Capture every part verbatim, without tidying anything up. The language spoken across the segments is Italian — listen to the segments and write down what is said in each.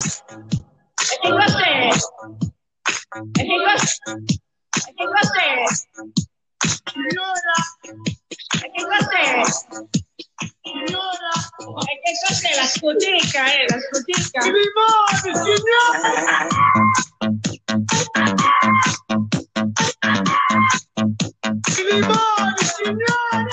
E che cos'è? E che cos'è? E che cos'è? Signora! E che cos'è? Signora! E che cos'è la scoteca, eh? La scoteca? Mi rimane, signora! Mi rimane, signora!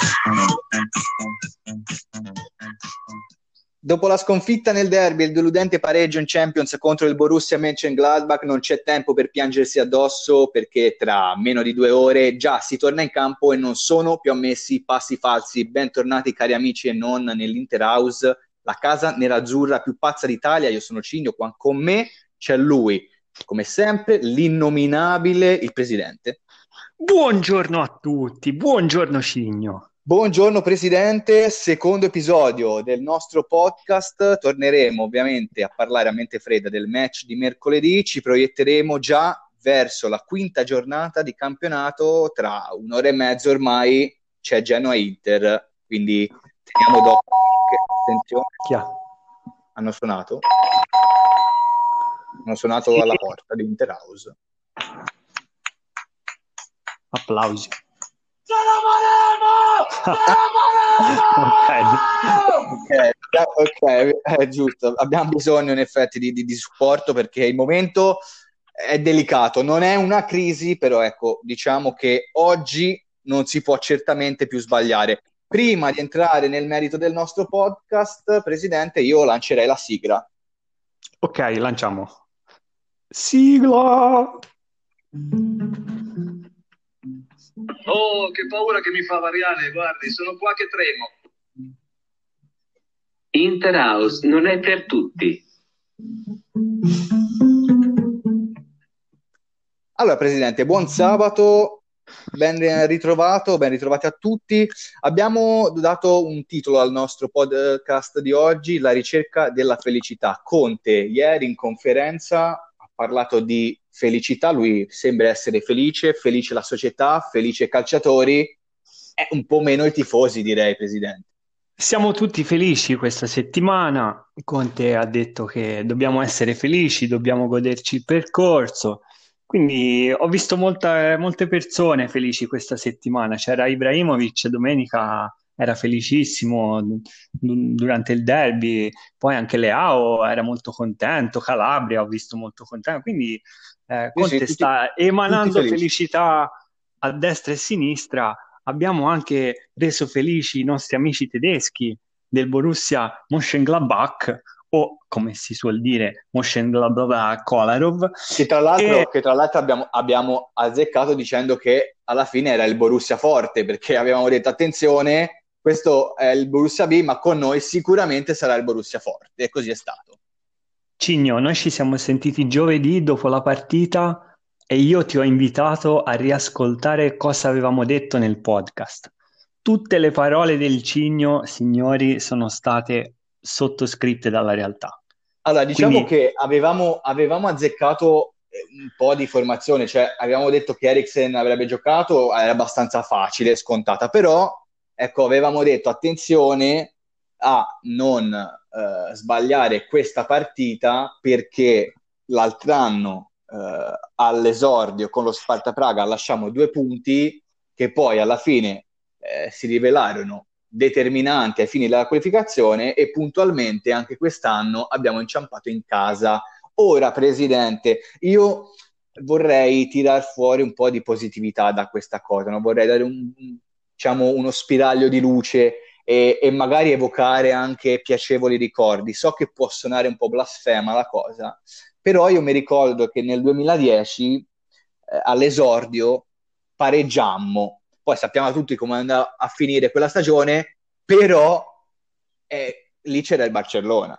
Dopo la sconfitta nel derby e il deludente pareggio in Champions contro il Borussia Mönchengladbach non c'è tempo per piangersi addosso, perché tra meno di due ore già si torna in campo e non sono più ammessi passi falsi. Bentornati cari amici e non nell'Interhouse, la casa nerazzurra più pazza d'Italia. Io sono Cigno, qua con me c'è lui, come sempre, l'innominabile, il presidente. Buongiorno a tutti, buongiorno Cigno. Buongiorno Presidente, secondo episodio del nostro podcast. Torneremo ovviamente a parlare a mente fredda del match di mercoledì, ci proietteremo già verso la quinta giornata di campionato. Tra un'ora e mezzo ormai c'è Genoa-Inter, quindi teniamo d'occhio. Attenzione, Chi ha? hanno suonato hanno suonato sì. Alla porta di Interhouse. Applausi. ok, ok, è giusto. Abbiamo bisogno in effetti di, di, di supporto, perché il momento è delicato. Non è una crisi, però ecco, diciamo che oggi non si può certamente più sbagliare. Prima di entrare nel merito del nostro podcast, Presidente, io lancerei la sigla. Ok, lanciamo. Sigla! Oh, che paura che mi fa Variale, guardi, sono qua che tremo. Interhouse non è per tutti. Allora, Presidente, buon sabato, ben ritrovato, ben ritrovati a tutti. Abbiamo dato un titolo al nostro podcast di oggi, La ricerca della felicità. Conte, ieri in conferenza, ha parlato di felicità, lui sembra essere felice, felice la società, felice i calciatori, è un po' meno i tifosi, direi, Presidente. Siamo tutti felici questa settimana. Conte ha detto che dobbiamo essere felici, dobbiamo goderci il percorso. Quindi ho visto molta, molte persone felici questa settimana. C'era Ibrahimovic, domenica era felicissimo durante il derby, poi anche Leao era molto contento, Calabria ho visto molto contento. Quindi eh, Conte sì, sì, tutti, sta emanando felicità a destra e a sinistra. Abbiamo anche reso felici i nostri amici tedeschi del Borussia Mönchengladbach, o come si suol dire Mönchengladbach Kolarov, che tra l'altro, e... che tra l'altro abbiamo, abbiamo azzeccato dicendo che alla fine era il Borussia forte, perché avevamo detto attenzione, questo è il Borussia B, ma con noi sicuramente sarà il Borussia forte, e così è stato. Cigno, noi ci siamo sentiti giovedì dopo la partita e io ti ho invitato a riascoltare cosa avevamo detto nel podcast. Tutte le parole del Cigno, signori, sono state sottoscritte dalla realtà. Allora, diciamo Quindi... che avevamo, avevamo azzeccato un po' di formazione, cioè avevamo detto che Eriksen avrebbe giocato, era abbastanza facile, scontata, però ecco, avevamo detto attenzione a non eh, sbagliare questa partita, perché l'altro anno eh, all'esordio con lo Sparta Praga lasciamo due punti che poi alla fine eh, si rivelarono determinanti ai fini della qualificazione, e puntualmente anche quest'anno abbiamo inciampato in casa. Ora, Presidente, io vorrei tirar fuori un po' di positività da questa cosa, no? Vorrei dare un, diciamo, uno spiraglio di luce e, e magari evocare anche piacevoli ricordi. So che può suonare un po' blasfema la cosa, però io mi ricordo che nel duemiladieci eh, all'esordio pareggiammo. Poi sappiamo tutti come andava a finire quella stagione, però eh, lì c'era il Barcellona.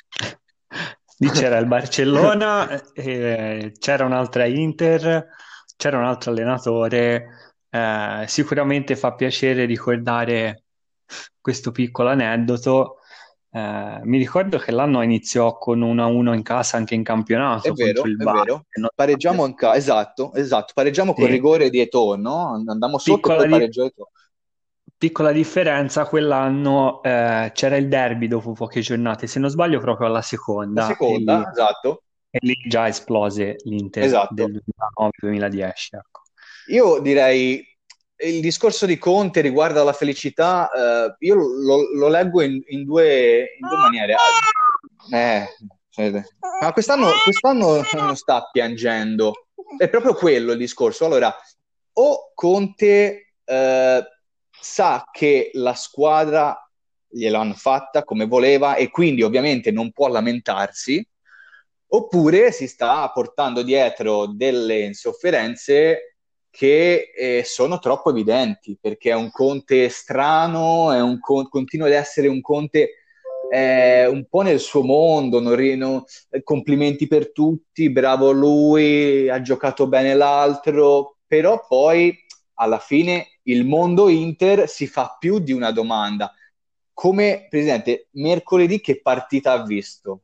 Lì c'era il Barcellona, eh, c'era un'altra Inter, c'era un altro allenatore. Eh, sicuramente fa piacere ricordare questo piccolo aneddoto. Eh, mi ricordo che l'anno iniziò con uno a uno in casa anche in campionato. È vero, contro il è Bar. vero. Pareggiamo in casa, esatto, esatto. Pareggiamo Sì. con rigore di Eto'o, no? Andammo sotto e poi pareggio Eto'o. piccola differenza, quell'anno eh, c'era il derby dopo poche giornate, se non sbaglio proprio alla La seconda, e lì, seconda, esatto, e lì già esplose l'Inter del esatto. duemilanove-duemiladieci, ecco. Io direi il discorso di Conte riguardo alla felicità, eh, io lo, lo leggo in, in due, in due maniere. Eh, cioè, ma quest'anno, quest'anno non sta piangendo, è proprio quello il discorso. Allora, o Conte eh, sa che la squadra gliel'hanno fatta come voleva e quindi ovviamente non può lamentarsi, oppure si sta portando dietro delle insofferenze che eh, sono troppo evidenti, perché è un Conte strano, è un con- continua ad essere un Conte eh, un po' nel suo mondo, non ri- no- complimenti per tutti, bravo lui, ha giocato bene l'altro, però poi alla fine il mondo Inter si fa più di una domanda. Come Presidente, mercoledì che partita ha visto?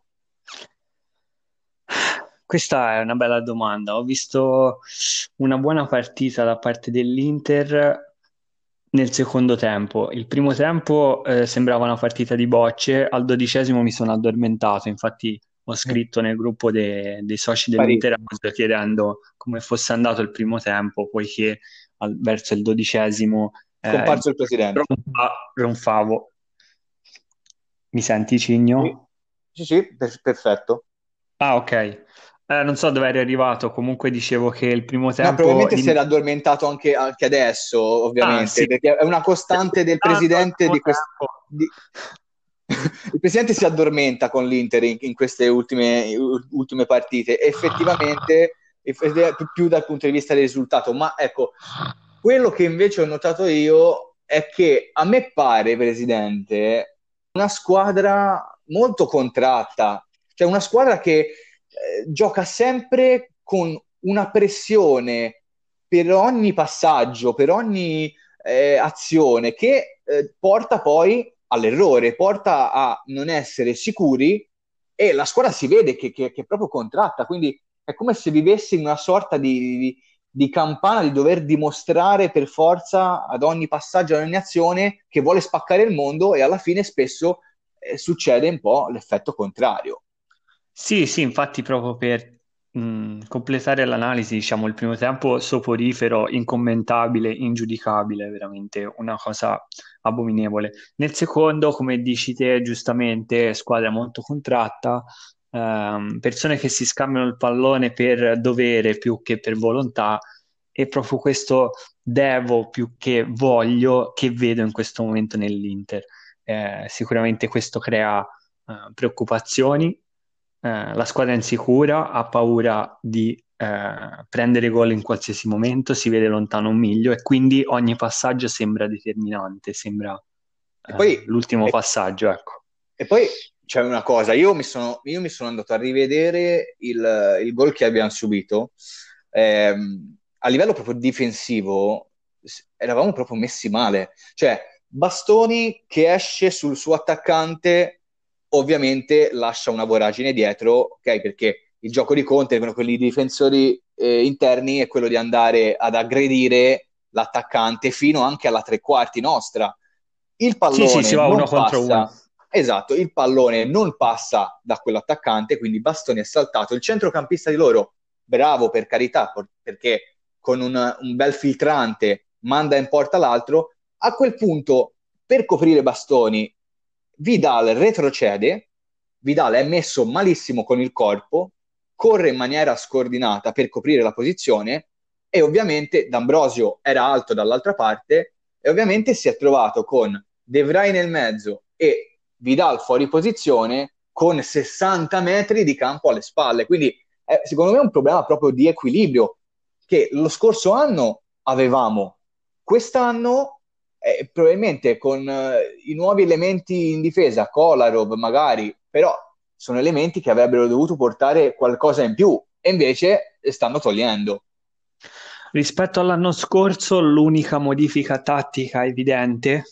Questa è una bella domanda. Ho visto una buona partita da parte dell'Inter nel secondo tempo. Il primo tempo eh, sembrava una partita di bocce, al dodicesimo mi sono addormentato, infatti ho scritto nel gruppo de- dei soci dell'Inter Parecchio. chiedendo come fosse andato il primo tempo, poiché al- verso il dodicesimo eh, Scomparso il presidente. ronfa- ronfavo. Mi senti, Sì, Cigno? sì, sì, per- perfetto. Ah, ok. Eh, non so dove eri arrivato, comunque dicevo che il primo No, tempo... probabilmente si l'In- era addormentato anche, anche adesso, Ah, ovviamente, sì. perché è una costante del Tanto al presidente primo di quest- tempo. di- Il presidente si addormenta con l'Inter in, in queste ultime, ultime partite, effettivamente, effettivamente più dal punto di vista del risultato, ma ecco, quello che invece ho notato io è che a me pare, presidente, una squadra molto contratta, cioè una squadra che eh, gioca sempre con una pressione per ogni passaggio, per ogni eh, azione che eh, porta poi all'errore, porta a non essere sicuri e la squadra si vede che, che, che è proprio contratta, quindi è come se vivesse in una sorta di, di, di campana di dover dimostrare per forza ad ogni passaggio, ad ogni azione che vuole spaccare il mondo e alla fine spesso eh, succede un po' l'effetto contrario. Sì, sì, infatti proprio per mh, completare l'analisi, diciamo, il primo tempo soporifero, incommentabile, ingiudicabile, veramente una cosa abominevole. Nel secondo, come dici te, giustamente, squadra molto contratta, ehm, persone che si scambiano il pallone per dovere più che per volontà, e proprio questo devo più che voglio che vedo in questo momento nell'Inter. Eh, sicuramente questo crea eh, preoccupazioni. Eh, la squadra è insicura, ha paura di eh, prendere gol in qualsiasi momento, si vede lontano un miglio e quindi ogni passaggio sembra determinante, sembra E eh, poi, l'ultimo e, passaggio, ecco. e poi c'è una cosa, io mi sono, io mi sono andato a rivedere il, il gol che abbiamo subito. Ehm, a livello proprio difensivo s- eravamo proprio messi male. Cioè, Bastoni che esce sul suo attaccante ovviamente lascia una voragine dietro, ok? Perché il gioco di Conte, con quelli difensori eh, interni, è quello di andare ad aggredire l'attaccante fino anche alla tre quarti nostra. Il Sì, sì, si pallone va uno non contro uno. passa, esatto, il pallone non passa da quell'attaccante, quindi Bastoni è saltato. Il centrocampista di loro, bravo per carità, por- perché con un, un bel filtrante manda in porta l'altro. A quel punto, per coprire Bastoni, Vidal retrocede, Vidal è messo malissimo con il corpo, corre in maniera scordinata per coprire la posizione e ovviamente D'Ambrosio era alto dall'altra parte e ovviamente si è trovato con De Vrij nel mezzo e Vidal fuori posizione con sessanta metri di campo alle spalle. Quindi è, secondo me è un problema proprio di equilibrio che lo scorso anno avevamo. Quest'anno eh, probabilmente con eh, i nuovi elementi in difesa, Kolarov magari, però sono elementi che avrebbero dovuto portare qualcosa in più e invece stanno togliendo. Rispetto all'anno scorso, l'unica modifica tattica evidente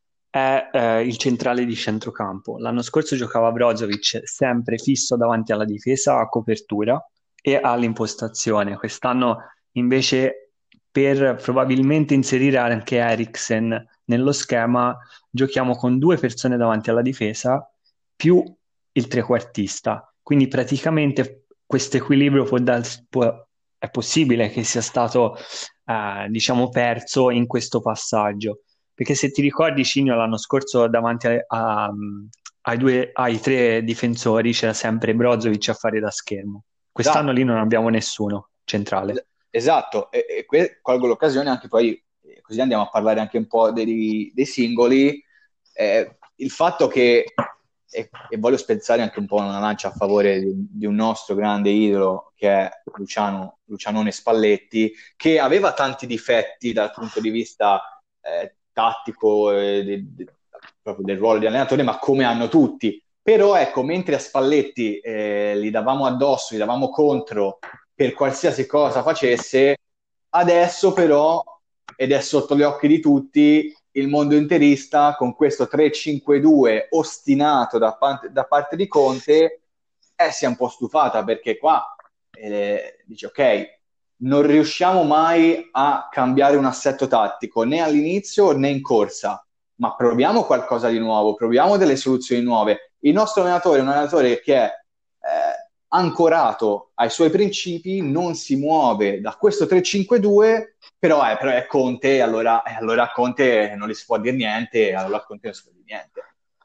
è eh, il centrale di centrocampo. L'anno scorso giocava Brozovic sempre fisso davanti alla difesa a copertura e all'impostazione. Quest'anno invece per probabilmente inserire anche Eriksen nello schema giochiamo con due persone davanti alla difesa più il trequartista. Quindi praticamente questo equilibrio può dar- può- è possibile che sia stato, eh, diciamo, perso in questo passaggio. Perché se ti ricordi, Cigno l'anno scorso davanti a- a- ai due, ai tre difensori c'era sempre Brozovic a fare da schermo. Quest'anno lì Esatto. non abbiamo nessuno centrale. Esatto, e, e que- colgo l'occasione anche poi, eh, così andiamo a parlare anche un po' dei, dei singoli, eh, il fatto che, e, e voglio spezzare anche un po' una lancia a favore di, di un nostro grande idolo che è Luciano, Lucianone Spalletti, che aveva tanti difetti dal punto di vista eh, tattico, eh, de- de- proprio del ruolo di allenatore, ma come hanno tutti. Però ecco, mentre a Spalletti eh, gli davamo addosso, gli davamo contro per qualsiasi cosa facesse, adesso però, ed è sotto gli occhi di tutti, il mondo interista con questo tre cinque due ostinato da, da parte di Conte eh, si è un po' stufata, perché qua eh, dice ok, non riusciamo mai a cambiare un assetto tattico né all'inizio né in corsa, ma proviamo qualcosa di nuovo, proviamo delle soluzioni nuove. Il nostro allenatore è un allenatore che è eh, ancorato ai suoi principi, non si muove da questo tre cinque due, però è, però è Conte, allora, allora a Conte non gli si può dire niente, allora a Conte non si può dire niente.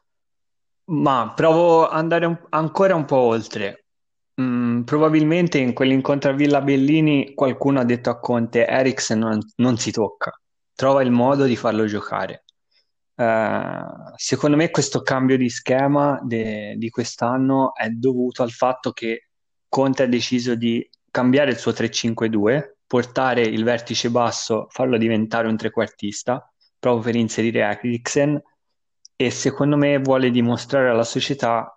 Ma provo ad andare un- ancora un po' oltre. Mm, probabilmente in quell'incontro a Villa Bellini qualcuno ha detto a Conte: Eriksen non, non si tocca, trova il modo di farlo giocare. Eh, secondo me questo cambio di schema de- di quest'anno è dovuto al fatto che Conte ha deciso di cambiare il suo tre cinque due, portare il vertice basso, farlo diventare un trequartista, proprio per inserire Eriksen, e secondo me vuole dimostrare alla società: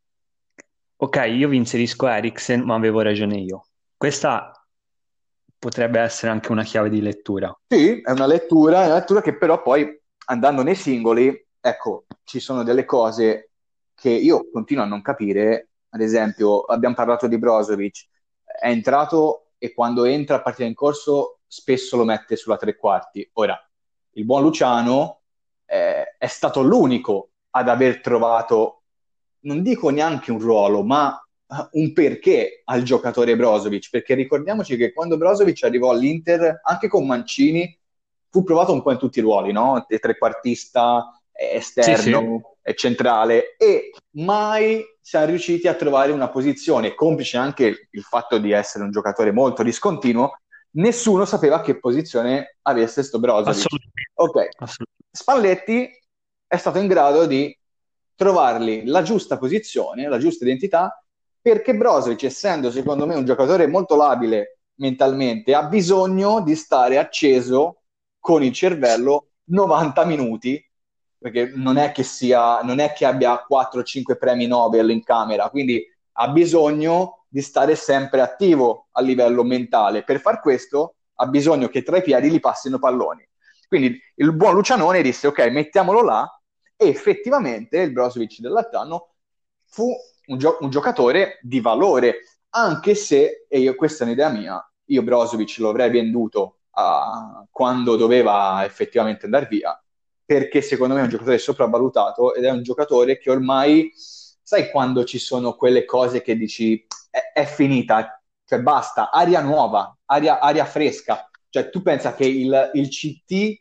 ok, io vi inserisco Eriksen, ma avevo ragione io. Questa potrebbe essere anche una chiave di lettura. Sì, è una lettura, è una lettura che però poi, andando nei singoli, ecco, ci sono delle cose che io continuo a non capire. Ad esempio, abbiamo parlato di Brozovic, è entrato e quando entra a partita in corso spesso lo mette sulla tre quarti. Ora, il buon Luciano eh, è stato l'unico ad aver trovato, non dico neanche un ruolo, ma un perché al giocatore Brozovic, perché ricordiamoci che quando Brozovic arrivò all'Inter, anche con Mancini, fu provato un po' in tutti i ruoli, no? Trequartista, Sì, sì, esterno, e centrale, e mai siamo riusciti a trovare una posizione, complice anche il fatto di essere un giocatore molto discontinuo, nessuno sapeva che posizione avesse sto Brozovic. assolutamente. Ok, assolutamente. Spalletti è stato in grado di trovargli la giusta posizione, la giusta identità, perché Brozovic, essendo secondo me un giocatore molto labile mentalmente, ha bisogno di stare acceso con il cervello novanta minuti, perché non è che sia, non è che abbia quattro cinque premi Nobel in camera, quindi ha bisogno di stare sempre attivo a livello mentale. Per far questo ha bisogno che tra i piedi gli passino palloni. Quindi il buon Lucianone disse ok, mettiamolo là, e effettivamente il Brozovic dell'altro anno fu un, gio- un giocatore di valore, anche se, e io, questa è un'idea mia, io Brozovic lo avrei venduto a, quando doveva effettivamente andare via, perché secondo me è un giocatore sopravvalutato ed è un giocatore che ormai, sai quando ci sono quelle cose che dici è, è finita, cioè basta, aria nuova, aria, aria fresca, cioè tu pensa che il, il C T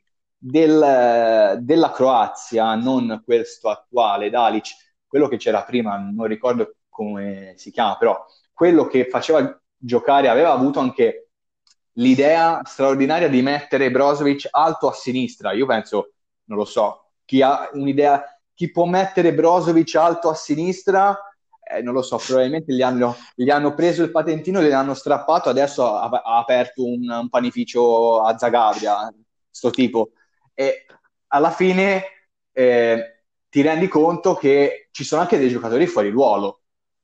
del, della Croazia, non questo attuale Dalic, quello che c'era prima, non ricordo come si chiama, però quello che faceva giocare, aveva avuto anche l'idea straordinaria di mettere Brozovic alto a sinistra. Io penso, non lo so, chi ha un'idea, chi può mettere Brozovic alto a sinistra, eh, non lo so, probabilmente gli hanno, gli hanno preso il patentino, gli hanno strappato, adesso ha, ha aperto un, un panificio a Zagabria, sto tipo. E alla fine eh, ti rendi conto che ci sono anche dei giocatori fuori ruolo.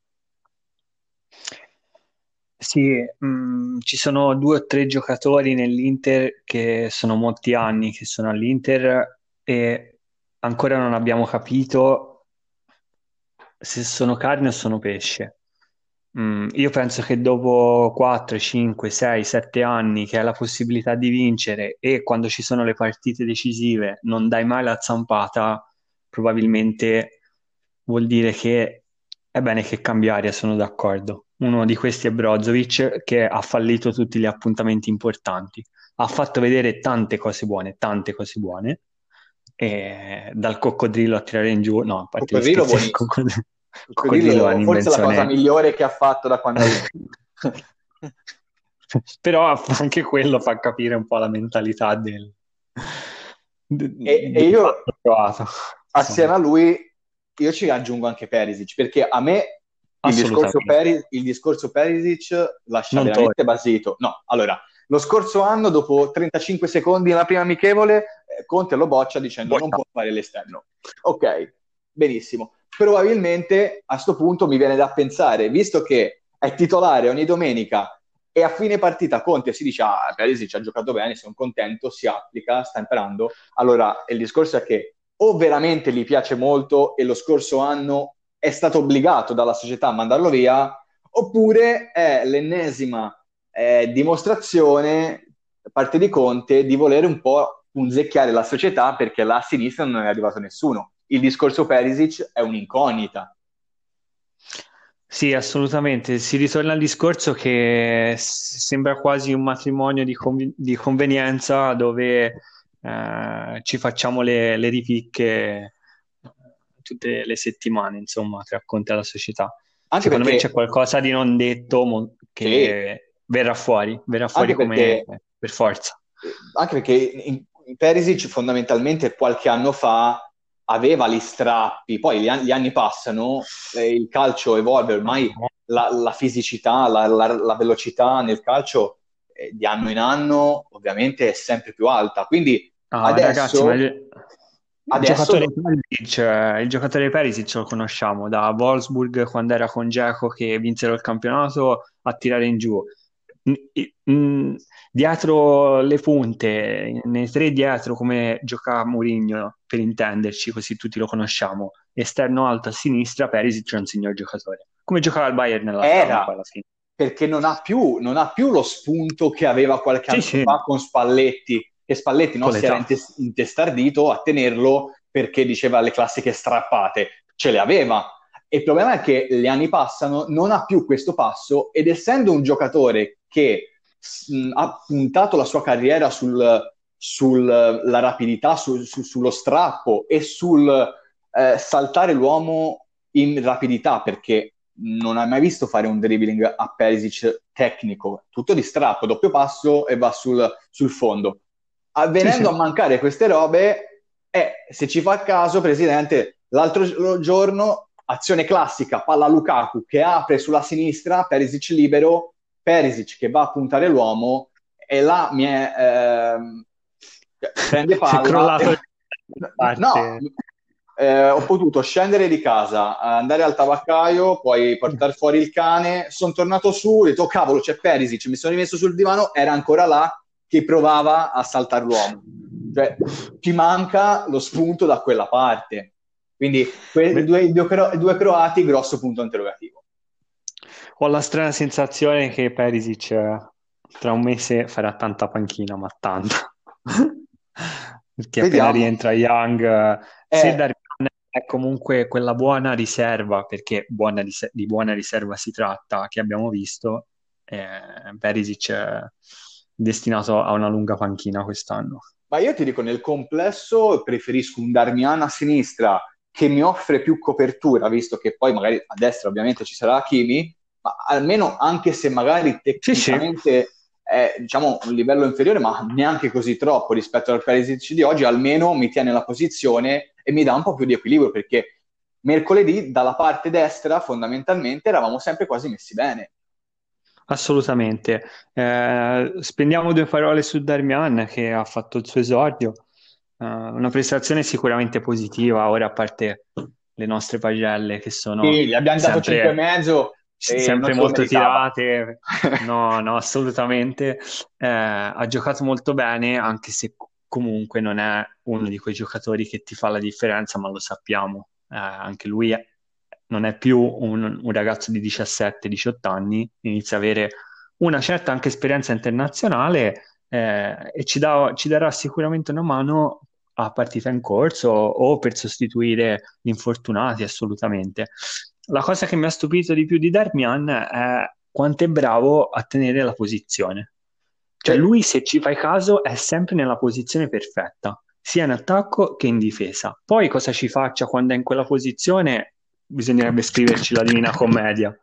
Sì, mh, ci sono due o tre giocatori nell'Inter che sono molti anni che sono all'Inter e ancora non abbiamo capito se sono carne o sono pesce. Mm, io penso che dopo quattro, cinque, sei, sette anni che hai la possibilità di vincere e quando ci sono le partite decisive non dai mai la zampata, probabilmente vuol dire che è bene che cambi aria, sono d'accordo. Uno di questi è Brozovic che ha fallito tutti gli appuntamenti importanti. Ha fatto vedere tante cose buone, tante cose buone, e dal coccodrillo a tirare in giù, no, a parte gli Coccodrillo scherzi, il buonissimo. coccodrillo, il coccodrillo è Coccodrillo forse è la cosa un'invenzione. migliore che ha fatto da quando ha vinto. Però anche quello fa capire un po' la mentalità del, de- E, e del io, fatto croato. assieme Insomma, a lui, io ci aggiungo anche Perisic, perché a me il discorso, assolutamente. Peri- il discorso Perisic lascia Non torna. veramente basito. No, allora, lo scorso anno, dopo trentacinque secondi nella prima amichevole, eh, Conte lo boccia dicendo non può fare l'esterno. Ok, benissimo. Probabilmente a sto punto mi viene da pensare, visto che è titolare ogni domenica e a fine partita Conte si dice ah, Perisic ha giocato bene, sono contento, si applica, sta imparando. Allora, il discorso è che o veramente gli piace molto e lo scorso anno è stato obbligato dalla società a mandarlo via, oppure è l'ennesima eh, dimostrazione da parte di Conte di volere un po' punzecchiare la società perché là a sinistra non è arrivato nessuno. Il discorso Perisic è un'incognita. Sì, assolutamente. Si ritorna al discorso che s- sembra quasi un matrimonio di, convi- di convenienza dove eh, ci facciamo le, le ripicche eh, tutte le settimane, insomma, tra Conte e la società. Anche Secondo me c'è perché, qualcosa di non detto mo- sì, che verrà fuori, verrà fuori anche come perché per forza. eh, anche perché in, in Perisic fondamentalmente qualche anno fa aveva gli strappi, poi gli, an- gli anni passano, eh, il calcio evolve, ormai la, la fisicità, la, la- la velocità nel calcio eh, di anno in anno ovviamente è sempre più alta, quindi Ah, ragazzi, ma adesso, il, il adesso giocatore do- Perisic, eh, il giocatore Perisic lo conosciamo da Wolfsburg quando era con Dzeko che vinsero il campionato a tirare in giù. Mm, i- mm, Dietro le punte, nei tre dietro come giocava Mourinho, per intenderci, così tutti lo conosciamo. Esterno alto a sinistra, Perisic è un signor giocatore. Come giocava il Bayern nell'altro anno, poi era alla fine. perché non ha più, non ha più lo spunto che aveva qualche Sì, anno sì, fa con Spalletti, che Spalletti no, con si era l'età. intes- intestardito a tenerlo perché diceva le classiche strappate, ce le aveva. E il problema è che gli anni passano, non ha più questo passo ed essendo un giocatore che mh, ha puntato la sua carriera sulla sul, rapidità, sul, su, sullo strappo e sul eh, saltare l'uomo in rapidità, perché non hai mai visto fare un dribbling a Perisic tecnico, tutto di strappo, doppio passo e va sul, sul fondo. Sì, Avvenendo sì. a mancare queste robe, eh, se ci fa caso, Presidente, l'altro giorno, azione classica, palla Lukaku che apre sulla sinistra, Perisic libero, Perisic che va a puntare l'uomo e là mi è... ehm, prende Si è palla e... crollato da No, parte. eh, ho potuto scendere di casa, andare al tabaccaio, poi portare fuori il cane, sono tornato su, ho detto, oh, cavolo, c'è Perisic, mi sono rimesso sul divano, era ancora là che provava a saltare l'uomo. Cioè, ci manca lo spunto da quella parte. Quindi, que- i, Beh, due, i, due cro- i due croati, grosso punto interrogativo. ho la strana sensazione che Perisic eh, tra un mese farà tanta panchina, ma tanta. Perché appena Vediamo. rientra Young, eh, se Eh, Darmian è comunque quella buona riserva, perché buona ris- di buona riserva si tratta, che abbiamo visto, eh, Perisic è destinato a una lunga panchina quest'anno. Ma io ti dico, nel complesso preferisco un Darmian a sinistra che mi offre più copertura, visto che poi magari a destra ovviamente ci sarà Hakimi, ma almeno anche se magari Sì, sì. tecnicamente è diciamo un livello inferiore, ma neanche così troppo rispetto al Perisic di oggi, almeno mi tiene la posizione e mi dà un po' più di equilibrio, perché mercoledì dalla parte destra fondamentalmente eravamo sempre quasi messi bene. Assolutamente. Eh, spendiamo due parole su Darmian che ha fatto il suo esordio. Eh, una prestazione sicuramente positiva, ora a parte le nostre pagelle che sono Sì, gli abbiamo dato cinque e sempre, mezzo e non sempre se lo molto meritava. tirate. No, no, assolutamente. Eh, ha giocato molto bene, anche se comunque non è uno di quei giocatori che ti fa la differenza, ma lo sappiamo. Eh, anche lui è- non è più un, un ragazzo di diciassette diciotto anni, inizia ad avere una certa anche esperienza internazionale eh, e ci dà- ci darà sicuramente una mano a partita in corso o per sostituire gli infortunati, assolutamente. La cosa che mi ha stupito di più di Darmian è quanto è bravo a tenere la posizione. Cioè Sì. lui, se ci fai caso, è sempre nella posizione perfetta, sia in attacco che in difesa. Poi cosa ci faccia quando è in quella posizione, bisognerebbe scriverci la Divina Commedia.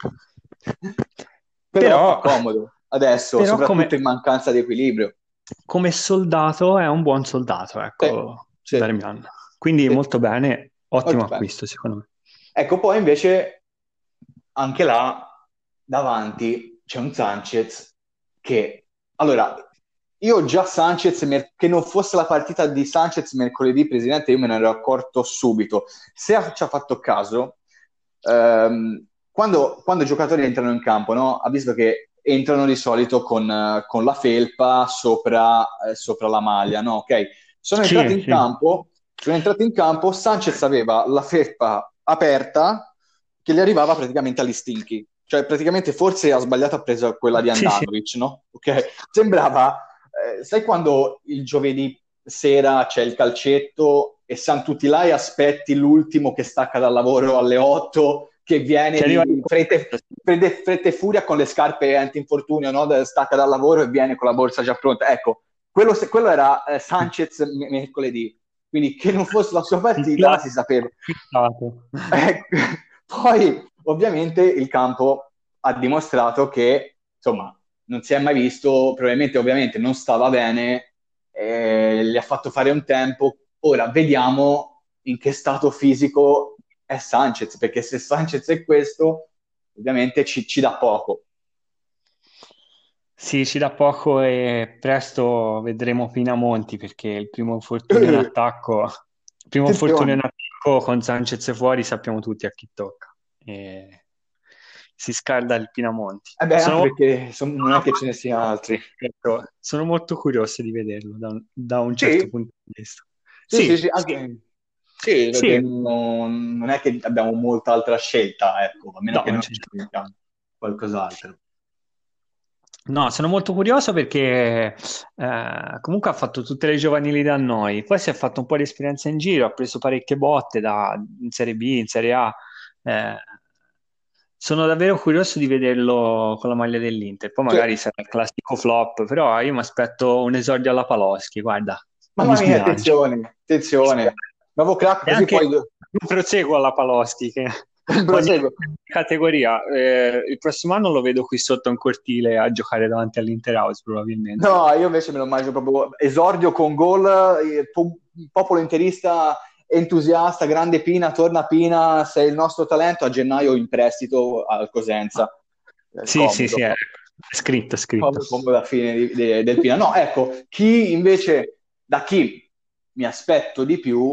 Però, Però, fa comodo adesso, però soprattutto come, in mancanza di equilibrio. come soldato è un buon soldato, Sì, ecco, sì, Darmian. Quindi sì, molto bene, ottimo molto bene. acquisto, secondo me. Ecco, poi invece anche là davanti c'è un Sanchez che, allora, io già Sanchez, mer- che non fosse la partita di Sanchez mercoledì, presidente, io me ne ero accorto subito. Se ha- ci ha fatto caso, ehm, quando, quando i giocatori entrano in campo, no, ha visto che entrano di solito con, eh, con la felpa sopra, eh, sopra la maglia, no? Ok? Sono entrati Sì, in sì. campo, sono entrati in campo, Sanchez aveva la felpa aperta che gli arrivava praticamente agli stinchi. Cioè, praticamente forse ha sbagliato, ha preso quella di Sì, sì. Andanovic, no? Ok? Sembrava, eh, sai quando il giovedì sera c'è il calcetto e san tutti là e aspetti l'ultimo che stacca dal lavoro alle otto, che viene Che arriva di fretta e, fretta e- fretta e furia con le scarpe antinfortunio, no? Da- Stacca dal lavoro e viene con la borsa già pronta. Ecco, quello, se- quello era eh, Sanchez m- mercoledì. Quindi che non fosse la sua il partita si classico sapeva. fissato. Ecco. Poi, ovviamente, il campo ha dimostrato che, insomma, non si è mai visto, probabilmente, ovviamente, non stava bene, eh, gli ha fatto fare un tempo. Ora, vediamo in che stato fisico è Sanchez, perché se Sanchez è questo, ovviamente ci, ci dà poco. Sì, ci dà poco e presto vedremo Pinamonti perché il primo infortunio in Eh, attacco, il primo infortunio in attenzione. attacco con Sanchez fuori sappiamo tutti a chi tocca. E si scalda il Pinamonti. Eh beh, Sono anche molto, perché son- non è che ce ne sia altri. ecco, sono molto curioso di vederlo da un, da un certo Sì, punto di vista. sì, sì, Sì, sì, sì, anche... Sì, perché sì, non, non è che abbiamo molta altra scelta, ecco, a meno no, che non non c'è. ci inventiamo qualcos'altro. No, sono molto curioso perché eh, comunque ha fatto tutte le giovanili da noi, poi si è fatto un po' di esperienza in giro, ha preso parecchie botte da, in Serie B, in Serie A. Eh, sono davvero curioso di vederlo con la maglia dell'Inter. Poi Cioè, magari sarà il classico flop, però io mi aspetto un esordio alla Paloschi, guarda, mi mamma mia, sbilancio. attenzione, attenzione. Nuovo crack, E così anche poi un proseguo alla Paloschi, che ogni proseguo. categoria. Eh, il prossimo anno lo vedo qui sotto un cortile a giocare davanti all'Inter House, probabilmente. No, io invece me lo immagino proprio esordio con gol, eh, po- popolo interista entusiasta, grande Pina, torna Pina, sei il nostro talento, a gennaio in prestito al Cosenza. Eh, Sì, sì, comodo, sì, è scritto, è scritto. comodo, comodo alla fine di- de- del Pina. No, ecco, chi invece, da chi mi aspetto di più,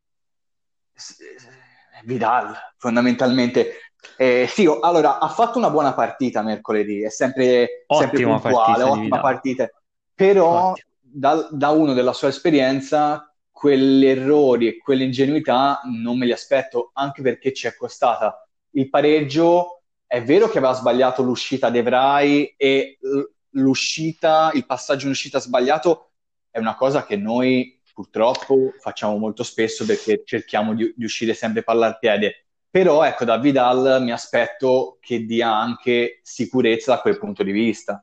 s- Vidal, fondamentalmente. Eh, sì, o- allora, ha fatto una buona partita mercoledì, è sempre, sempre Ottima puntuale, partita di ottima Vidal. partita, però Ottima. da, da uno della sua esperienza, quegli errori e quell'ingenuità non me li aspetto, anche perché ci è costata il pareggio. È vero che aveva sbagliato l'uscita De Vrij e l- l'uscita, il passaggio in uscita sbagliato è una cosa che noi purtroppo facciamo molto spesso perché cerchiamo di, di uscire sempre palla al piede. Però ecco, da Vidal mi aspetto che dia anche sicurezza da quel punto di vista.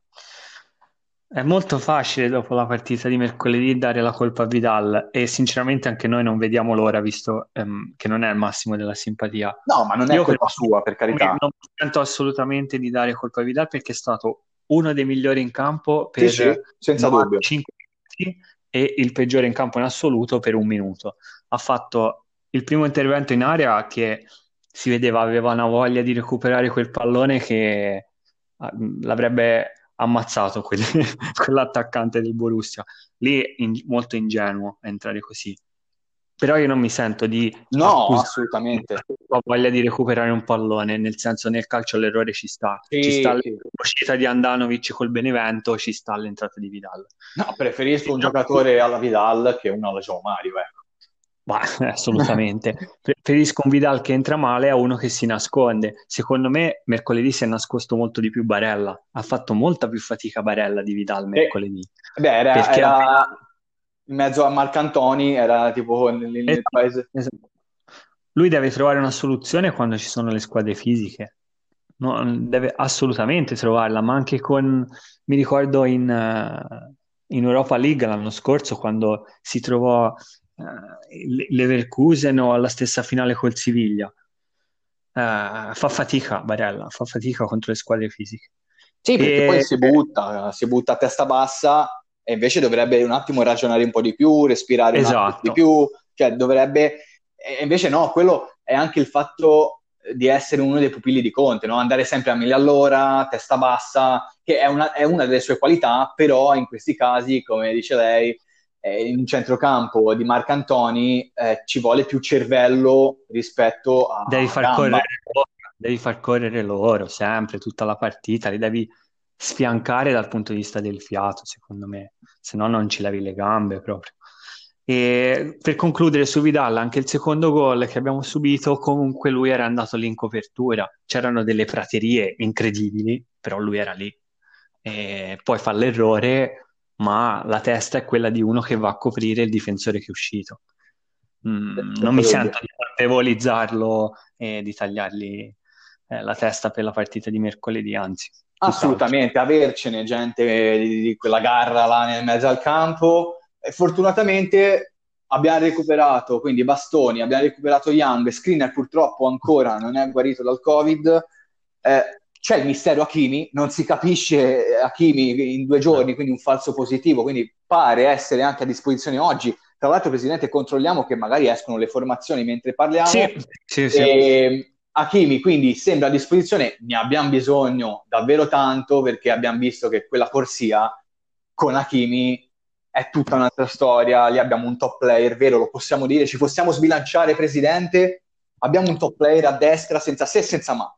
È molto facile dopo la partita di mercoledì dare la colpa a Vidal e sinceramente anche noi non vediamo l'ora, visto ehm, che non è il massimo della simpatia. No, ma non è Io però colpa sua, per non mi, carità. non mi sento assolutamente di dare colpa a Vidal perché è stato uno dei migliori in campo Sì, sì, per senza dubbio. novantacinque minuti e il peggiore in campo in assoluto per un minuto. Ha fatto il primo intervento in area che si vedeva, aveva una voglia di recuperare quel pallone che ah, l'avrebbe ammazzato quel- quell'attaccante del Borussia. Lì in- molto ingenuo a entrare così. Però io non mi sento di No, accusare assolutamente. la voglia di recuperare un pallone, nel senso nel calcio l'errore ci sta. Ci sta Sì, sì. l'uscita di Andanovic col Benevento, ci sta l'entrata di Vidal. No, preferisco un giocatore alla Vidal che uno alla João Mario, ecco. Ma, assolutamente. Preferisco un Vidal che entra male a uno che si nasconde. Secondo me mercoledì si è nascosto molto di più Barella. Ha fatto molta più fatica Barella di Vidal E, mercoledì. beh, era, Perché aveva... era in mezzo a Marcantoni, era tipo nel, nel Esatto, paese. esatto. Lui deve trovare una soluzione quando ci sono le squadre fisiche. No, deve assolutamente trovarla, ma anche con, mi ricordo in, eh, in Europa League l'anno scorso quando si trovò eh, il Leverkusen o alla stessa finale col Siviglia. Eh, fa fatica Barella, fa fatica contro le squadre fisiche. Sì, perché poi E, si butta, si butta a testa bassa e invece dovrebbe un attimo ragionare un po' di più, respirare un attimo di esatto, più, cioè dovrebbe... E invece no, quello è anche il fatto di essere uno dei pupilli di Conte, no? Andare sempre a mille all'ora, testa bassa, che è una, è una delle sue qualità, però in questi casi, come dice lei, eh, in un centrocampo di Marcantoni eh, ci vuole più cervello rispetto devi a far correre gamba. loro, devi far correre loro sempre, tutta la partita, li devi sfiancare dal punto di vista del fiato, secondo me, se no non ci levi le gambe proprio. E per concludere su Vidal, anche il secondo gol che abbiamo subito, comunque lui era andato lì in copertura, c'erano delle praterie incredibili, però lui era lì. E poi fa l'errore, ma la testa è quella di uno che va a coprire il difensore che è uscito. Mm, non Senza mi dubbio. sento di colpevolizzarlo e di tagliargli eh, la testa per la partita di mercoledì, anzi, tutt'altro. Assolutamente, avercene gente di, di quella garra là nel mezzo al campo. E fortunatamente abbiamo recuperato quindi bastoni, abbiamo recuperato Young, Skriniar purtroppo ancora non è guarito dal Covid. Eh, c'è il mistero Hakimi, non si capisce Hakimi in due giorni, quindi un falso positivo, quindi pare essere anche a disposizione oggi. Tra l'altro, Presidente, controlliamo che magari escono le formazioni mentre parliamo. Sì, sì, sì. E Hakimi quindi sembra a disposizione, ne abbiamo bisogno davvero tanto perché abbiamo visto che quella corsia con Hakimi è tutta un'altra storia, lì abbiamo un top player, vero, lo possiamo dire, ci possiamo sbilanciare, Presidente, abbiamo un top player a destra senza se e senza ma.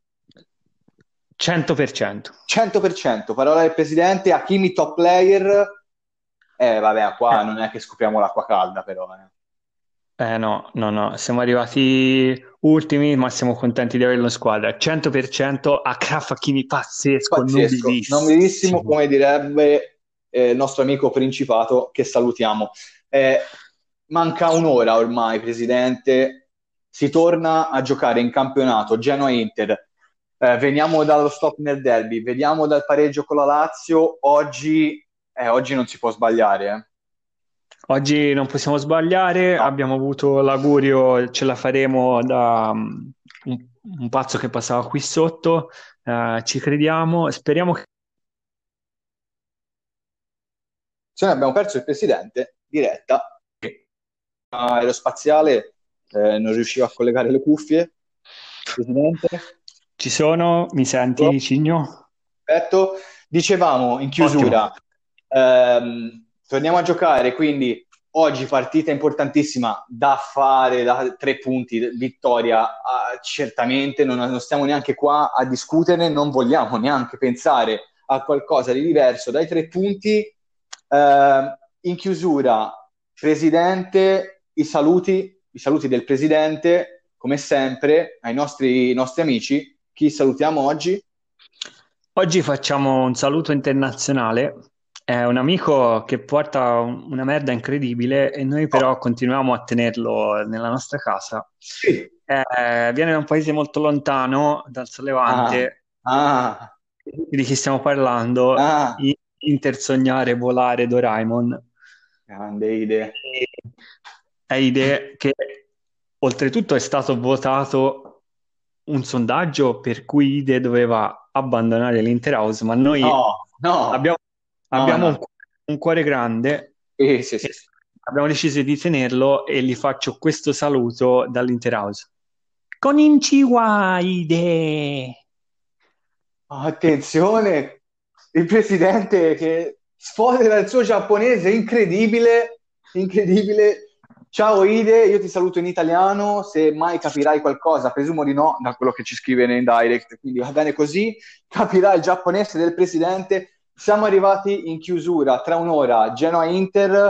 cento per cento. cento per cento, parola del Presidente, Hakimi top player, eh vabbè, qua non è che scopriamo l'acqua calda però, eh. Eh no, no, no, siamo arrivati ultimi, ma siamo contenti di averlo in squadra. cento per cento Achraf Hakimi pazzesco, Pazzesco, nobilissimo, nobilissimo. come direbbe eh, il nostro amico Principato, che salutiamo. Eh, manca un'ora ormai, Presidente, si torna a giocare in campionato Genoa-Inter. Eh, veniamo dallo stop nel derby, vediamo dal pareggio con la Lazio, oggi, eh, oggi non si può sbagliare. Eh. Oggi non possiamo sbagliare, No. abbiamo avuto l'augurio, ce la faremo da um, un, un pazzo che passava qui sotto, eh, ci crediamo, speriamo che... Se noi abbiamo perso il Presidente, diretta, aerospaziale, eh, non riusciva a collegare le cuffie. Presidente? Ci sono, mi senti, Cigno? Perfetto. Dicevamo in chiusura, ehm, torniamo a giocare, quindi oggi partita importantissima da fare, da tre punti, vittoria, ah, certamente non, non stiamo neanche qua a discutere, non vogliamo neanche pensare a qualcosa di diverso dai tre punti. Eh, in chiusura, Presidente, i saluti, i saluti del Presidente, come sempre, ai nostri, nostri amici. Chi salutiamo oggi? Oggi facciamo un saluto internazionale. È un amico che porta un- una merda incredibile e noi però Oh, continuiamo a tenerlo nella nostra casa. sì. Eh, viene da un paese molto lontano, dal Ah, Sollevante. ah, Di chi stiamo parlando? ah, I- Intersognar volare Doraemon. grande idea. E- È idea che oltretutto è stato votato un sondaggio per cui Ide doveva abbandonare l'Interhouse, ma noi No, no, abbiamo, no, abbiamo un, no. cu- un cuore grande Sì, sì, sì, e sì. abbiamo deciso di tenerlo e gli faccio questo saluto dall'Interhouse. Konnichiwa, Ide! Attenzione, il presidente che sfodera il suo giapponese, incredibile, incredibile. Ciao Ide, io ti saluto in italiano, se mai capirai qualcosa, presumo di no, da quello che ci scrive in direct, quindi va bene così, capirai il giapponese del presidente. Siamo arrivati in chiusura, tra un'ora Genoa-Inter,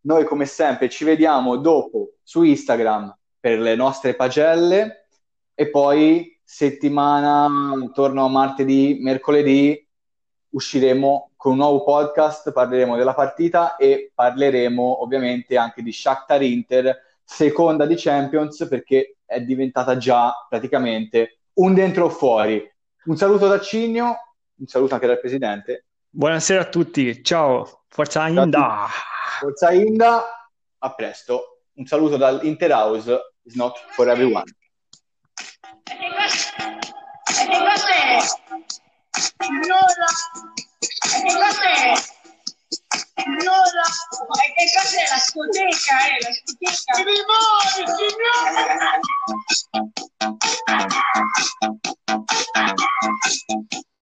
Noi come sempre ci vediamo dopo su Instagram per le nostre pagelle e poi settimana, intorno a martedì, mercoledì, usciremo con un nuovo podcast, parleremo della partita e parleremo ovviamente anche di Shakhtar Inter, seconda di Champions, perché è diventata già praticamente un dentro o fuori. Un saluto da Cigno, un saluto anche dal presidente. Buonasera a tutti, ciao, forza Inda! Forza Inda, a presto. Un saluto dall'Inter House, is not for everyone. E che questo e che questo è signora e che questo è signora e che questa è la scoteca, eh, la scoteca. Signore, signore!